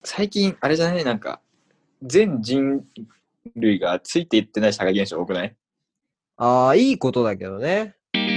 最近、あれじゃない？なんか、全人類がついていってない社会現象多くない？ ああ、いいことだけどね。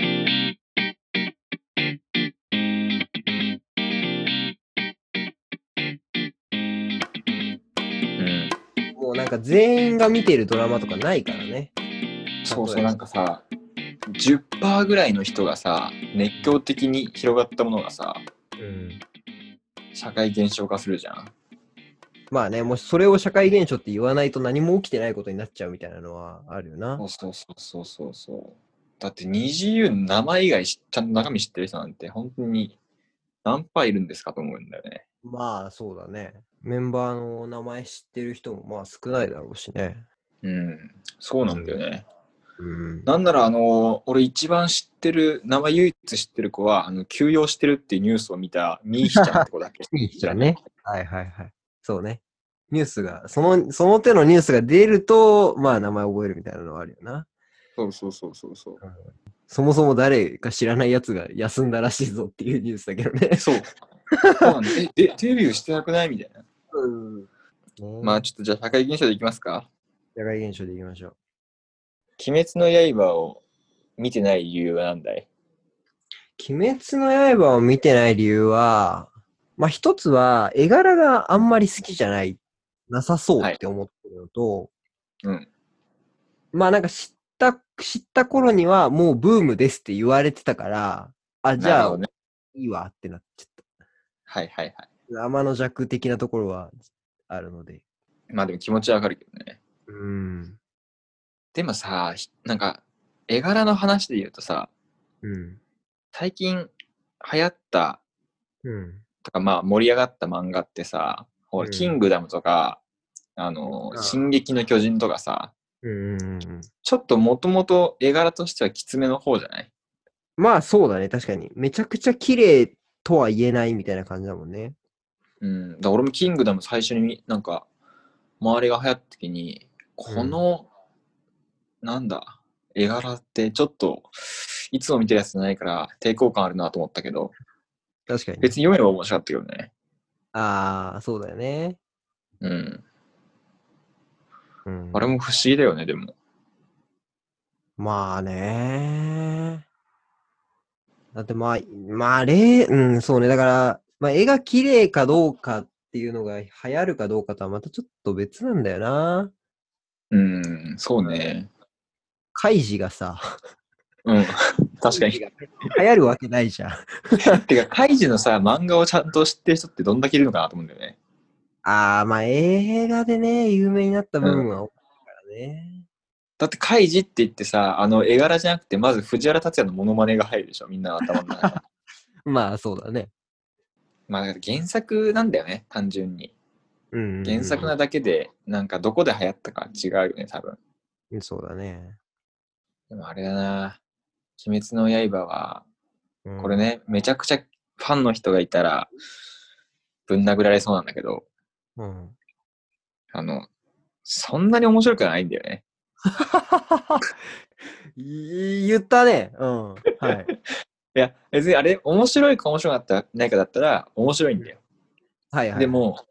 うん。 もうなんか全員が見てるドラマとかないからね。 そうそう、 例えば。 なんかさ、10%ぐらいの人がさ、熱狂的に広がったものがさ、 うん。 社会現象化するじゃん。 まあね、もしそれを社会現象って言わないと何も起きてないことになっちゃうみたいなのはあるよな。 そうそうそうそうそうそう。だって20の名前以外ちゃんと中身知ってる人なんて本当に何パーいるんですかと思うんだよね。 まあそうだね。メンバーの名前知ってる人もまあ少ないだろうしね。 うん、そうなんだようん。 ね。 うん。 なんなら俺一番知ってる、名前唯一知ってる子は、休養してるっていうニュースを見たミーヒちゃんって子だけいい知らない？ 人ね。はいはいはい。そうね。ニュースが、その手のニュースが出ると、まあ名前覚えるみたいなのはあるよな。 そうそうそうそうそう。 うん。そもそも誰か知らないやつが休んだらしいぞっていうニュースだけどね。 そう。そうなんだ。デビューしてなくないみたいな。 うん。ねまあちょっとじゃあ社会現象でいきますか。 え。社会現象でいきましょう。 鬼滅の刃を見てない理由は何だい？ 鬼滅の刃を見てない理由は、まあ一つは絵柄があんまり好きじゃなさそうはい。 って思ってるのと、 うん。 まあなんか知った頃にはもうブームですって言われてたから、あ、じゃあなるほどね。 いいわってなっちゃっはいはいはい。 た。天の弱的なところはあるので。 まあでも気持ちはわかるけどね。 うん。 でもさ、なんか、絵柄の話で言うとさ、 うん。 最近流行ったうん。 とか、まあ盛り上がった漫画ってさ、ほら、キンうん。 グダムとか、進ああ。 撃の巨人とかさ、 うんうんうんうん。 ちょっともともと絵柄としてはきつめの方じゃない？ まあそうだね、確かに。めちゃくちゃ綺麗とは言えないみたいな感じだもんね。 うん。だから俺もキングダム最初になんか、周りが流行った時に、 うん。 この、なんだ、絵柄ってちょっと、いつも見てるやつじゃないから抵抗感あるなと思ったけど、 確かにね。 別に読めば面白かったけどね。 ああ、そうだよね。 うん。 うん。 あれも不思議だよね、でも。 まあね。だってうん、そうね。だから、まあ絵が綺麗かどうかっていうのが流行るかどうかとはまたちょっと別なんだよな。 うん、そうね。 カイジがさ、 うん、確かに。 カイジが流行るわけないじゃん。 てか、カイジのさ、漫画をちゃんと知ってる人ってどんだけいるのかなと思うんだよね。 ああ、まあ映画でね、有名になったうん。 部分は大きいからね。 だってカイジって言ってさ、絵柄じゃなくて、まず藤原竜也のモノマネが入るでしょ、みんなの頭の中に。 まあそうだね。 まあ、だから原作なんだよね、単純に。 うんうん原作なだけで、なんかどこで流行ったか違うよね、多分。 うん。そうだね。 でもあれだな、鬼滅の刃は、 うん。 これね、めちゃくちゃファンの人がいたら、ぶん殴られそうなんだけど、 うん。 あの、そんなに面白くはないんだよね。 言ったね。うん。はい。 いや、別にあれ、面白いか面白かったないかだったら、面白いんだよ。 はいはいはい。 でも、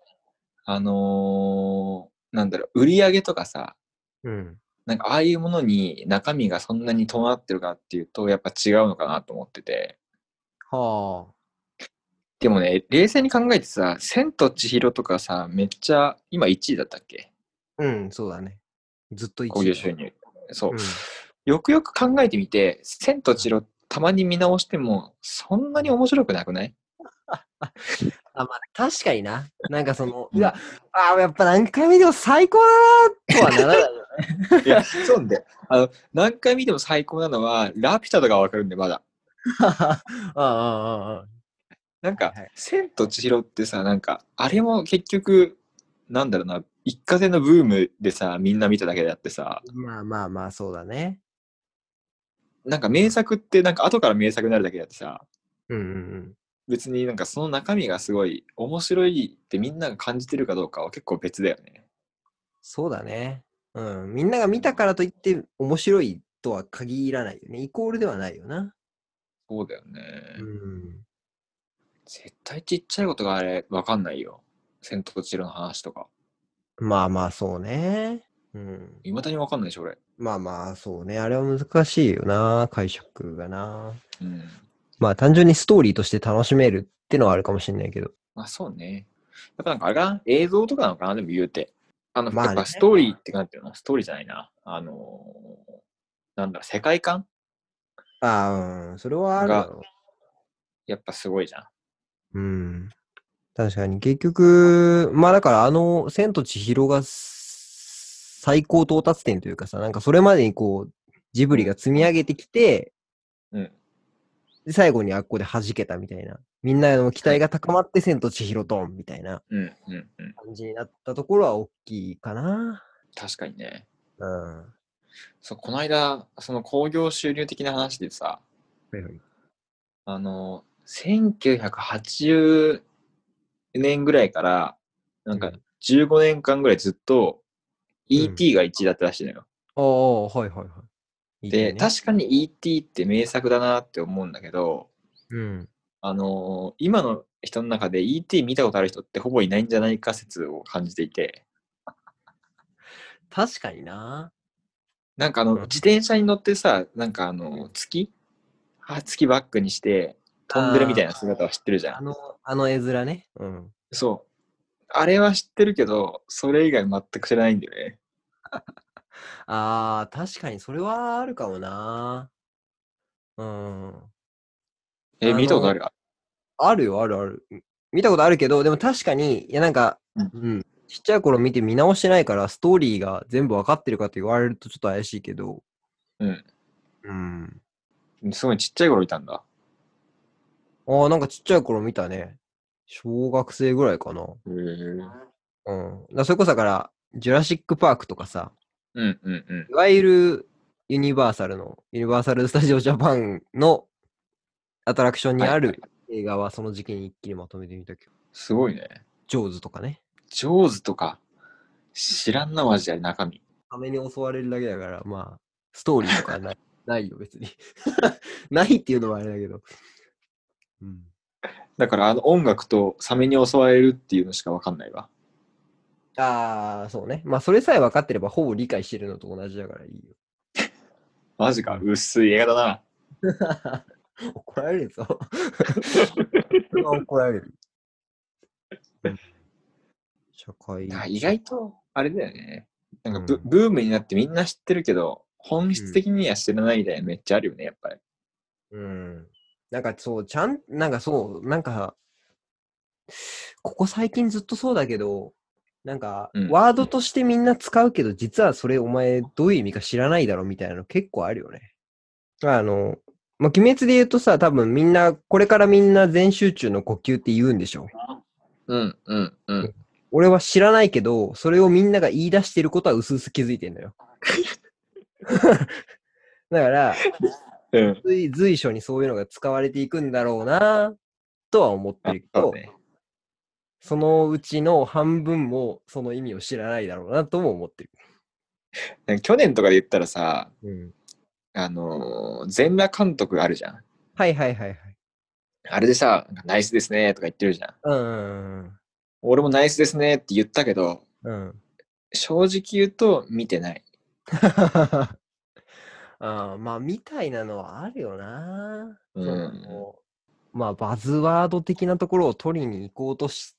なんだろう、売り上げとかさ、 うん。 なんかああいうものに中身がそんなに伴ってるかっていうと、やっぱ違うのかなと思ってて。 はあ。 でもね、冷静に考えてさ、千と千尋とかさ、めっちゃ、今1位だったっけ？ うん、そうだね。ずっと1位だね。 興行収入。そう。 うん。 よくよく考えてみて、千と千尋たまに見直しても、そんなに面白くなくない？ あ、まあ、確かにな。なんかうん。 やっぱ何回見ても最高だなとはならないよね。 いや、そうなんだよ。何回見ても最高なのは、ラピュタとかわかるんで、まだ。 ああ、ああ、ああ。 なんか、 はいはい。 千と千尋ってさ、なんか、あれも結局、なんだろうな、一過性のブームでさ、みんな見ただけであってさ、 まあまあまあ、そうだね。 なんか名作ってなんか後から名作になるだけであってさ、 うんうんうん。 別になんかその中身がすごい面白いってみんなが感じてるかどうかは結構別だよね。 そうだね。うん。みんなが見たからといって面白いとは限らないよね。イコールではないよな。 そうだようね。 ん。 絶対ちっちゃいことがあれわかんないよ。 千と千尋の話とか。 まあまあ、そうね。うん。 いまだにわかんないでしょ、俺。 まあまあ、そうね。あれは難しいよな、解釈がな。 うん。 まあ、単純にストーリーとして楽しめるってのはあるかもしれないけど。 まあそうね。やっぱなんかあれかな、映像とかなのかな、でも言うて。 まあね。 やっぱストーリーってなんていうの、ストーリーじゃないな。なんだろう、世界観ああ、うん、それはあるだがろやっぱすごいじゃん。 う。うん。確かに、結局、まあだから千と千尋が最高到達点というかさ、なんかそれまでにこう、ジブリが積み上げてきて、 うん。 で、最後にあっこで弾けたみたいな。みんなの期待が高まって千と千尋ドンみたいなうん。うん。うん。 感じになったところは大きいかな。 確かにね。 うん。はそう、この間、その興行収入的な話でさ、 いはい。 1980年ぐらいから、なんかうん。 15年間ぐらいずっとうん。 ET が1位だったらしいのよ。 ああ、はいはいはい。ET で、 ね。 確かに ET って名作だなって思うんだけど、 うん。 今の人の中で ET 見たことある人ってほぼいないんじゃないか説を感じていて、 確かにな。 なんかうん。 自転車に乗ってさ、なんか月バックにして飛んでるみたいなあ姿は知ってるじゃあ、 ん。 あの絵面ね。うん。 そう。あれは知ってるけど、それ以外全く知らないんだよね。 ああ、確かにそれはあるかもな。うん。あの、 見たことある？ あるよ、あるある。見たことあるけど、でも確かに、いやなんか、 うん。 うん。ちっちゃい頃見て見直してないから、ストーリーが全部わかってるかと言われるとちょっと怪しいけど、 うん。 うん。 すごいちっちゃい頃いたんだ。 ああ、なんかちっちゃい頃見たね。小学生ぐらいかな。 へえ。 うん。それこそだから、ジュラシックパークとかさ、 うんうんうん。 いわゆるユニバーサル・スタジオ・ジャパンのアトラクションにはいはい。 ある映画はその時期に一気にまとめてみたけど、 すごいね。 ジョーズとかね。 ジョーズとか知らんな、マジで中身。 サメに襲われるだけだから、まあ、ストーリーとかはない、ないよ、別に。ないっていうのはあれだけど。うん。 だから音楽とサメに襲われるっていうのしかわかんないわ。 ああ、そうね。まあ、それさえ分かってれば、ほぼ理解してるのと同じだからいいよ。 マジか、 うん。 薄い映画だな。 怒られるぞ。それは怒られる。うん。社会意人。 外と、あれだよね。なんかうん。 ブームになってみんな知ってるけど、本質うん。 的には知らないみたいなめっちゃあるよね、やっぱり。 うん。なんかそう、なんかそう、なんか、ここ最近ずっとそうだけど、なんか、 うん。 ワードとしてみんな使うけど、実はそれお前どういう意味か知らないだろみたいなの結構あるよね。まあ、鬼滅で言うとさ、多分みんな、これからみんな全集中の呼吸って言うんでしょ。 うんうんうん。 俺は知らないけど、それをみんなが言い出してることは薄々気づいてんのよ。だから、 うん。 随所にそういうのが使われていくんだろうな、とは思ってるけど、 そうね。 そのうちの半分もその意味を知らないだろうなとも思ってる。 なんか去年とかで言ったらさ、 うん。 全裸監督あるじゃん。 はいはいはいはい。 あれでさ、ナイスですねとか言ってるじゃん。 うん。 俺もナイスですねって言ったけど、 うん。 正直言うと見てない。 まあ、みたいなのはあるよな。 うん。 まあ、バズワード的なところを取りに行こうとして、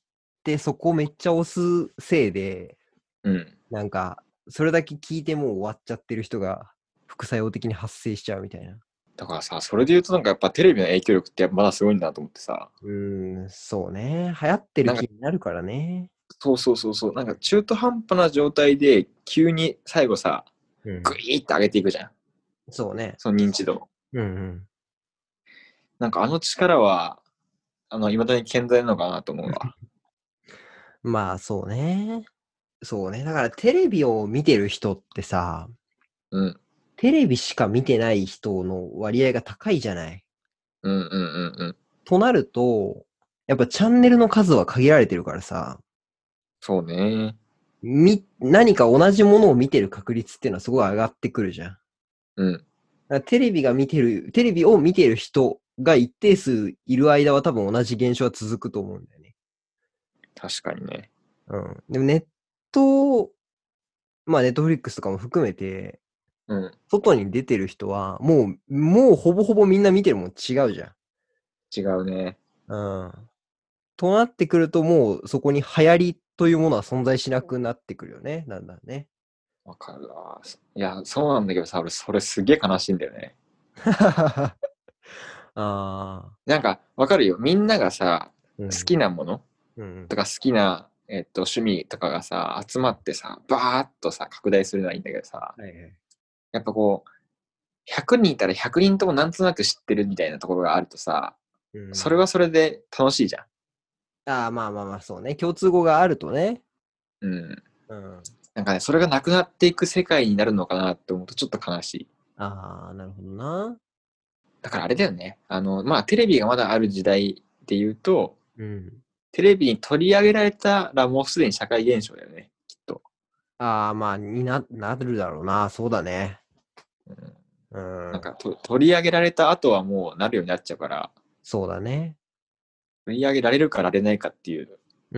そこをめっちゃ押すせいで、 うん。 なんか、それだけ聞いてもう終わっちゃってる人が副作用的に発生しちゃうみたいな。 だからさ、それで言うとなんかやっぱテレビの影響力ってまだすごいんだなと思ってさ。 そうね。流行ってるなんか、 気になるからね。 そうそうそうそう。なんか中途半端な状態で急に最後さ、 うん。 グイーって上げていくじゃん。 そうね。 その認知度。 うんうん。 なんか力は、未だに健在なのかなと思うわ。 まあ、そうね。そうね。だからテレビを見てる人ってさ、 うん。 テレビしか見てない人の割合が高いじゃない。 うんうんうんうん。 となると、やっぱチャンネルの数は限られてるからさ、 そうね。 何か同じものを見てる確率っていうのはすごい上がってくるじゃん。 うん。 だからテレビを見てる人が一定数いる間は多分同じ現象は続くと思うんだよね。 確かにね。 うん。でもネット、まあネットフリックスとかも含めて、 うん。 外に出てる人は、もうほぼほぼみんな見てるもん違うじゃ違うね。 ん。うん。となってくると、もうそこに流行りというものは存在しなくなってくるよね。だんだんね。 わかるわ。いや、そうなんだけどさ、俺、それすげえ悲しいんだよね。 ああ。 なんか、わかるよ。みんながさ、 うん。 好きなものうん。 とか好きな、趣味とかがさ、集まってさ、バーッとさ、拡大するのはいいんだけどさ、 はいはい。 やっぱこう、100人いたら100人ともなんとなく知ってるみたいなところがあるとさ、 うん。 それはそれで楽しいじゃん。 ああ、まあまあまあ、そうね。共通語があるとね。 うん。 うん。 なんかね、それがなくなっていく世界になるのかなって思うとちょっと悲しい。 ああ、なるほどな。 だからあれだよね。まあ、テレビがまだある時代で言うと、 うん。 テレビに取り上げられたらもうすでに社会現象だよね、きっと。 ああ、まあ、なるだろうな。そうだね。 うん、 うん。 なんか取り上げられた後はもうなるようになっちゃうから、 そうだね。 取り上げられるかられないかっていううん。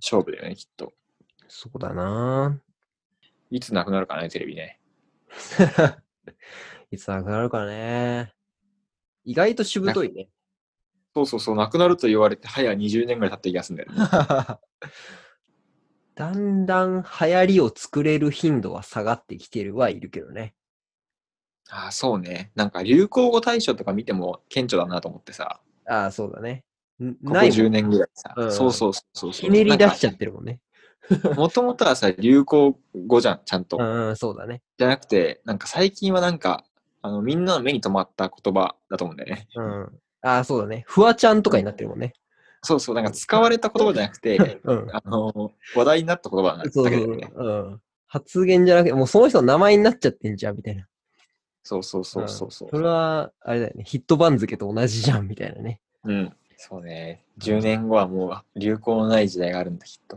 勝負だよね、きっと。 そうだな。 いつなくなるかね、テレビね。 いつなくなるかね。意外としぶなといね。 そうそうそう、なくなると言われて早20年ぐらい経った気がするんだよね。 だんだん流行りを作れる頻度は下がってきてるはいるけどね。 ああ、そうね。なんか流行語大賞とか見ても顕著だなと思ってさ、 ああ、そうだね。 ここ10 ないもんね。 年ぐらいさ、そううん。 そうそうそひうそう。なんか、 ねり出しちゃってるもんね。 もともとはさ、流行語じゃん、ちゃんと。 うん、そうだね。 じゃなくて、なんか最近はなんか、みんなの目に留まった言葉だと思うんだよね。 うん。ああ、そうだね。フワちゃんとかにうん。 なってるもんね。 そうそう、なんか使われた言葉じゃなくて、 うん。 話題になった言葉なそうそうそう。 だけだよね。 うん。発言じゃなくて、もうその人の名前になっちゃってんじゃん、みたいな。 そうそうそうそうん。 うそそれは、あれだよね。ヒット番付と同じじゃん、みたいなね。 う。うん。そうね。10 うん。 年後はもう流行のない時代があるんだ、きっと。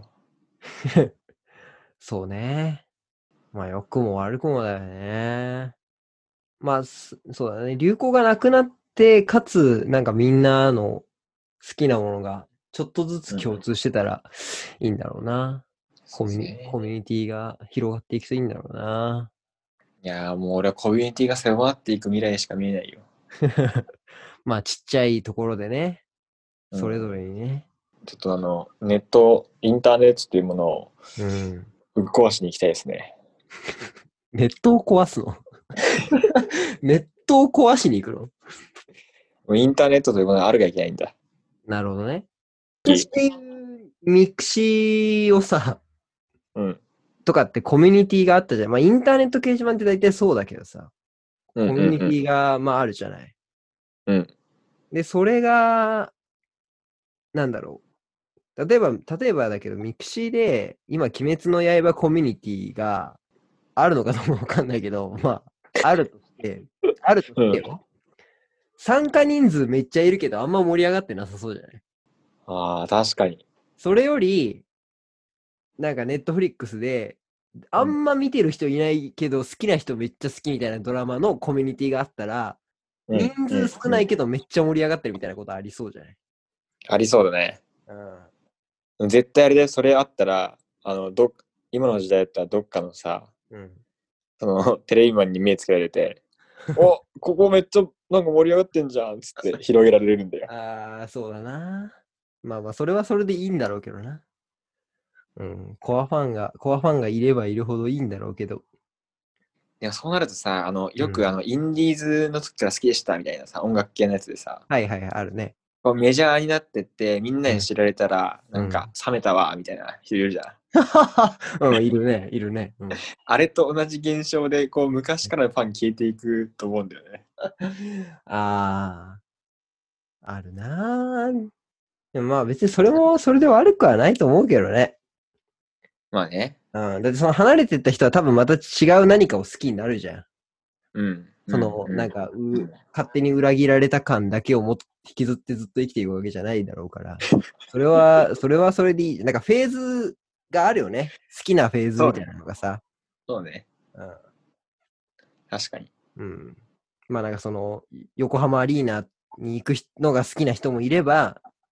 そうね。まあ、良くも悪くもだよね。まあ、そうだね。流行がなくなって、かつ、なんかみんなの好きなものが、ちょっとずつうん。 共通してたらいいんだろうな。 そうですコミュね。 ニティが広がっていくといいんだろうな。 いやーもう俺はコミュニティが狭まっていく未来しか見えないよ。 まあ、ちっちゃいところでね、 うん。 それぞれにね。 ちょっとネット、インターネットっていうものをうん。 ぶっ壊しに行きたいですね。 ネットを壊すのネットを壊しに行くの？ もうインターネットというものがあるがいけないんだ。 なるほどね。昔で言うミクシーをさ、 うん。 とかってコミュニティがあったじゃん。まあ、インターネット掲示板って大体そうだけどさ、 うんうんコミュニテうんィが、まあ、あるじゃない。 うん。 で、それが、なんだろう。例えばだけど、ミクシーで、今、鬼滅の刃コミュニティがあるのかどうかわかんないけど、まあ、あるとしうん。 てよ。参加人数めっちゃいるけど、あんま盛り上がってなさそうじゃない？ ああ、確かに。 それより、なんかネットフリックスで、あうん。 んま見てる人いないけど、好きな人めっちゃ好きみたいなドラマのコミュニティがあったら、人うん。うん。 数少ないけどめっちゃ盛り上がってるみたいなことありそうじゃない？ ありそうだね。 うん。 絶対あれでそれあったら、今の時代だったらどっかのさ、 うん。 テレビマンに目つけられて、お、ここめっちゃなんか盛り上がってんじゃんっつって広げられるんだよ。 ああ、そうだな。まあまあ、それはそれでいいんだろうけどな。うん。コアファンがいればいるほどいいんだろうけど。 いや、そうなるとさ、よくうん。 インディーズの時から好きでしたみたいなさ、音楽系のやつでさ、 はいはいはい、あるね。 こうメジャーになってって、みんなうん。 に知られたら、なんか、 うん。 冷めたわ、みたいな人いるじゃん。 うん、いるね、いるね。うん。 あれと同じ現象で、こう、昔からのファン消えていくと思うんだよね。 ああ、あるなー。でもまあ別にそれもそれで悪くはないと思うけどね。 まあね。 うん。だってその離れてった人は多分また違う何かを好きになるじゃん。 うん、うん、 その、 うん。 勝手に裏切られた感だけを引きずってずっと生きていくわけじゃないだろうから。それはそれでいい。なんかフェーズがあるよね。好きなフェーズみたいそうね。 なのがさ。 そうね。 うん。 確かに。 うん。まあなんかその、横浜アリーナに行くのが好きな人もいれば、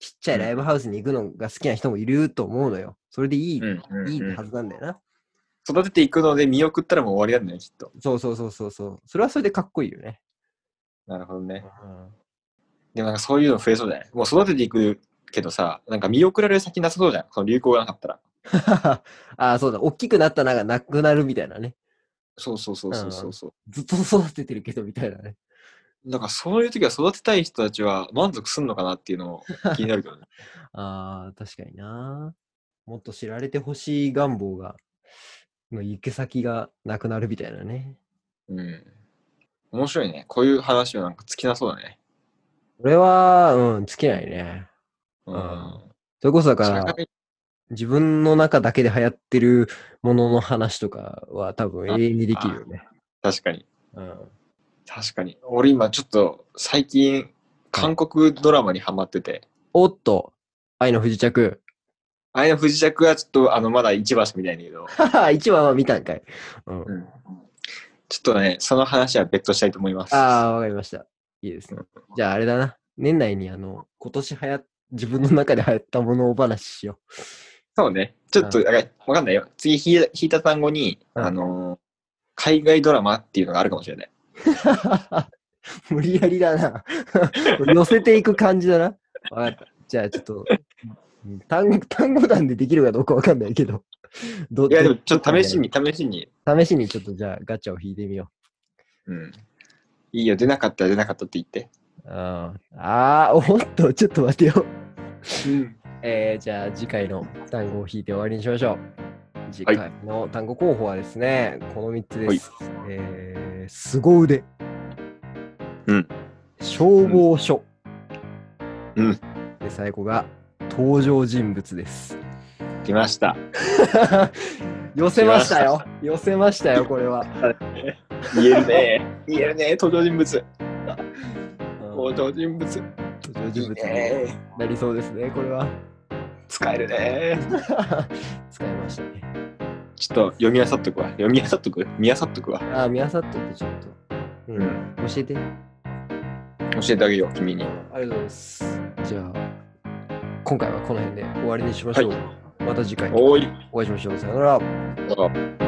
ちっちゃいライブハウスに行くのが好きな人もいると思うのよ。それでいい、 うんうんうんいいはずなんだよな。 育てていくので見送ったらもう終わりなんだよ、きっと。 そうそうそうそうそう。それはそれでかっこいいよね。 なるほどね。 うんでもなんかそういうの増えそうじゃない？もう育てていくけどさ、なんか見送られる先なさそうじゃん。その流行がなかったら。 ああ、そうだ。大きくなったのがなくなるみたいなね。 そうそうそうそうそうそう。 ずっと育ててるけどみたいなね。 だからそういう時は育てたい人たちは満足すんのかなっていうのも気になるけどね。 ああ、確かにな。もっと知られてほしい願望が、の行く先がなくなるみたいなね。 うん。面白いね。こういう話はなんか尽きなそうだね。 俺は、尽きないね。 ううんん。 それこそだから、 社会、 自分の中だけで流行ってるものの話とかは多分永遠にできるよね。 確かに。 うん。 確かに。俺今ちょっと最近、韓国ドラマにハマってて、 おっと、愛の不時着。 あれの不時着はちょっとまだ1話しか見たいんだけど、 一話は見たんかい。うん。 うん。ちょっとね、その話は別途したいと思います。 ああ、わかりました。いいですね。じゃああれだな。年内に今年自分の中で流行ったものを話しよそうね。ちょっと、わかんないよ。次引いた単語に、 うん海外ドラマっていうのがあるかもしれない。 う。無理やりだな。寄せていく感じだな。わかった。じゃあちょっと、単語単でできるかどうかわかんないけど。 いや、でもちょっと試しに。 試しにちょっとじゃあガチャを引いてみようん。いいよ、出なかったら出なかったって言って。 う。おっと、ちょっと待てよ。 うん。 じゃあ次回の単語を引いて終わりにしましょう。次回の単語候補はですね、この3つです。凄腕。 うん。 消防署。 うん。 で、最後が登場人物です。 来ました。 寄せましたよ。寄せましたよ、これは。 言えるね。登場人物。登場人物。 登場人物になりそうですね、これは。 使えるね。 使いましたね。 ちょっと読み漁っとくわ。見漁っとくわ。 見漁っといてちょっと。教えて。 教えてあげよう、君に。 ありがとうございます。じゃあ、今回はこの辺で終わりにしましょう。また次回お会いしましょう。さよなら。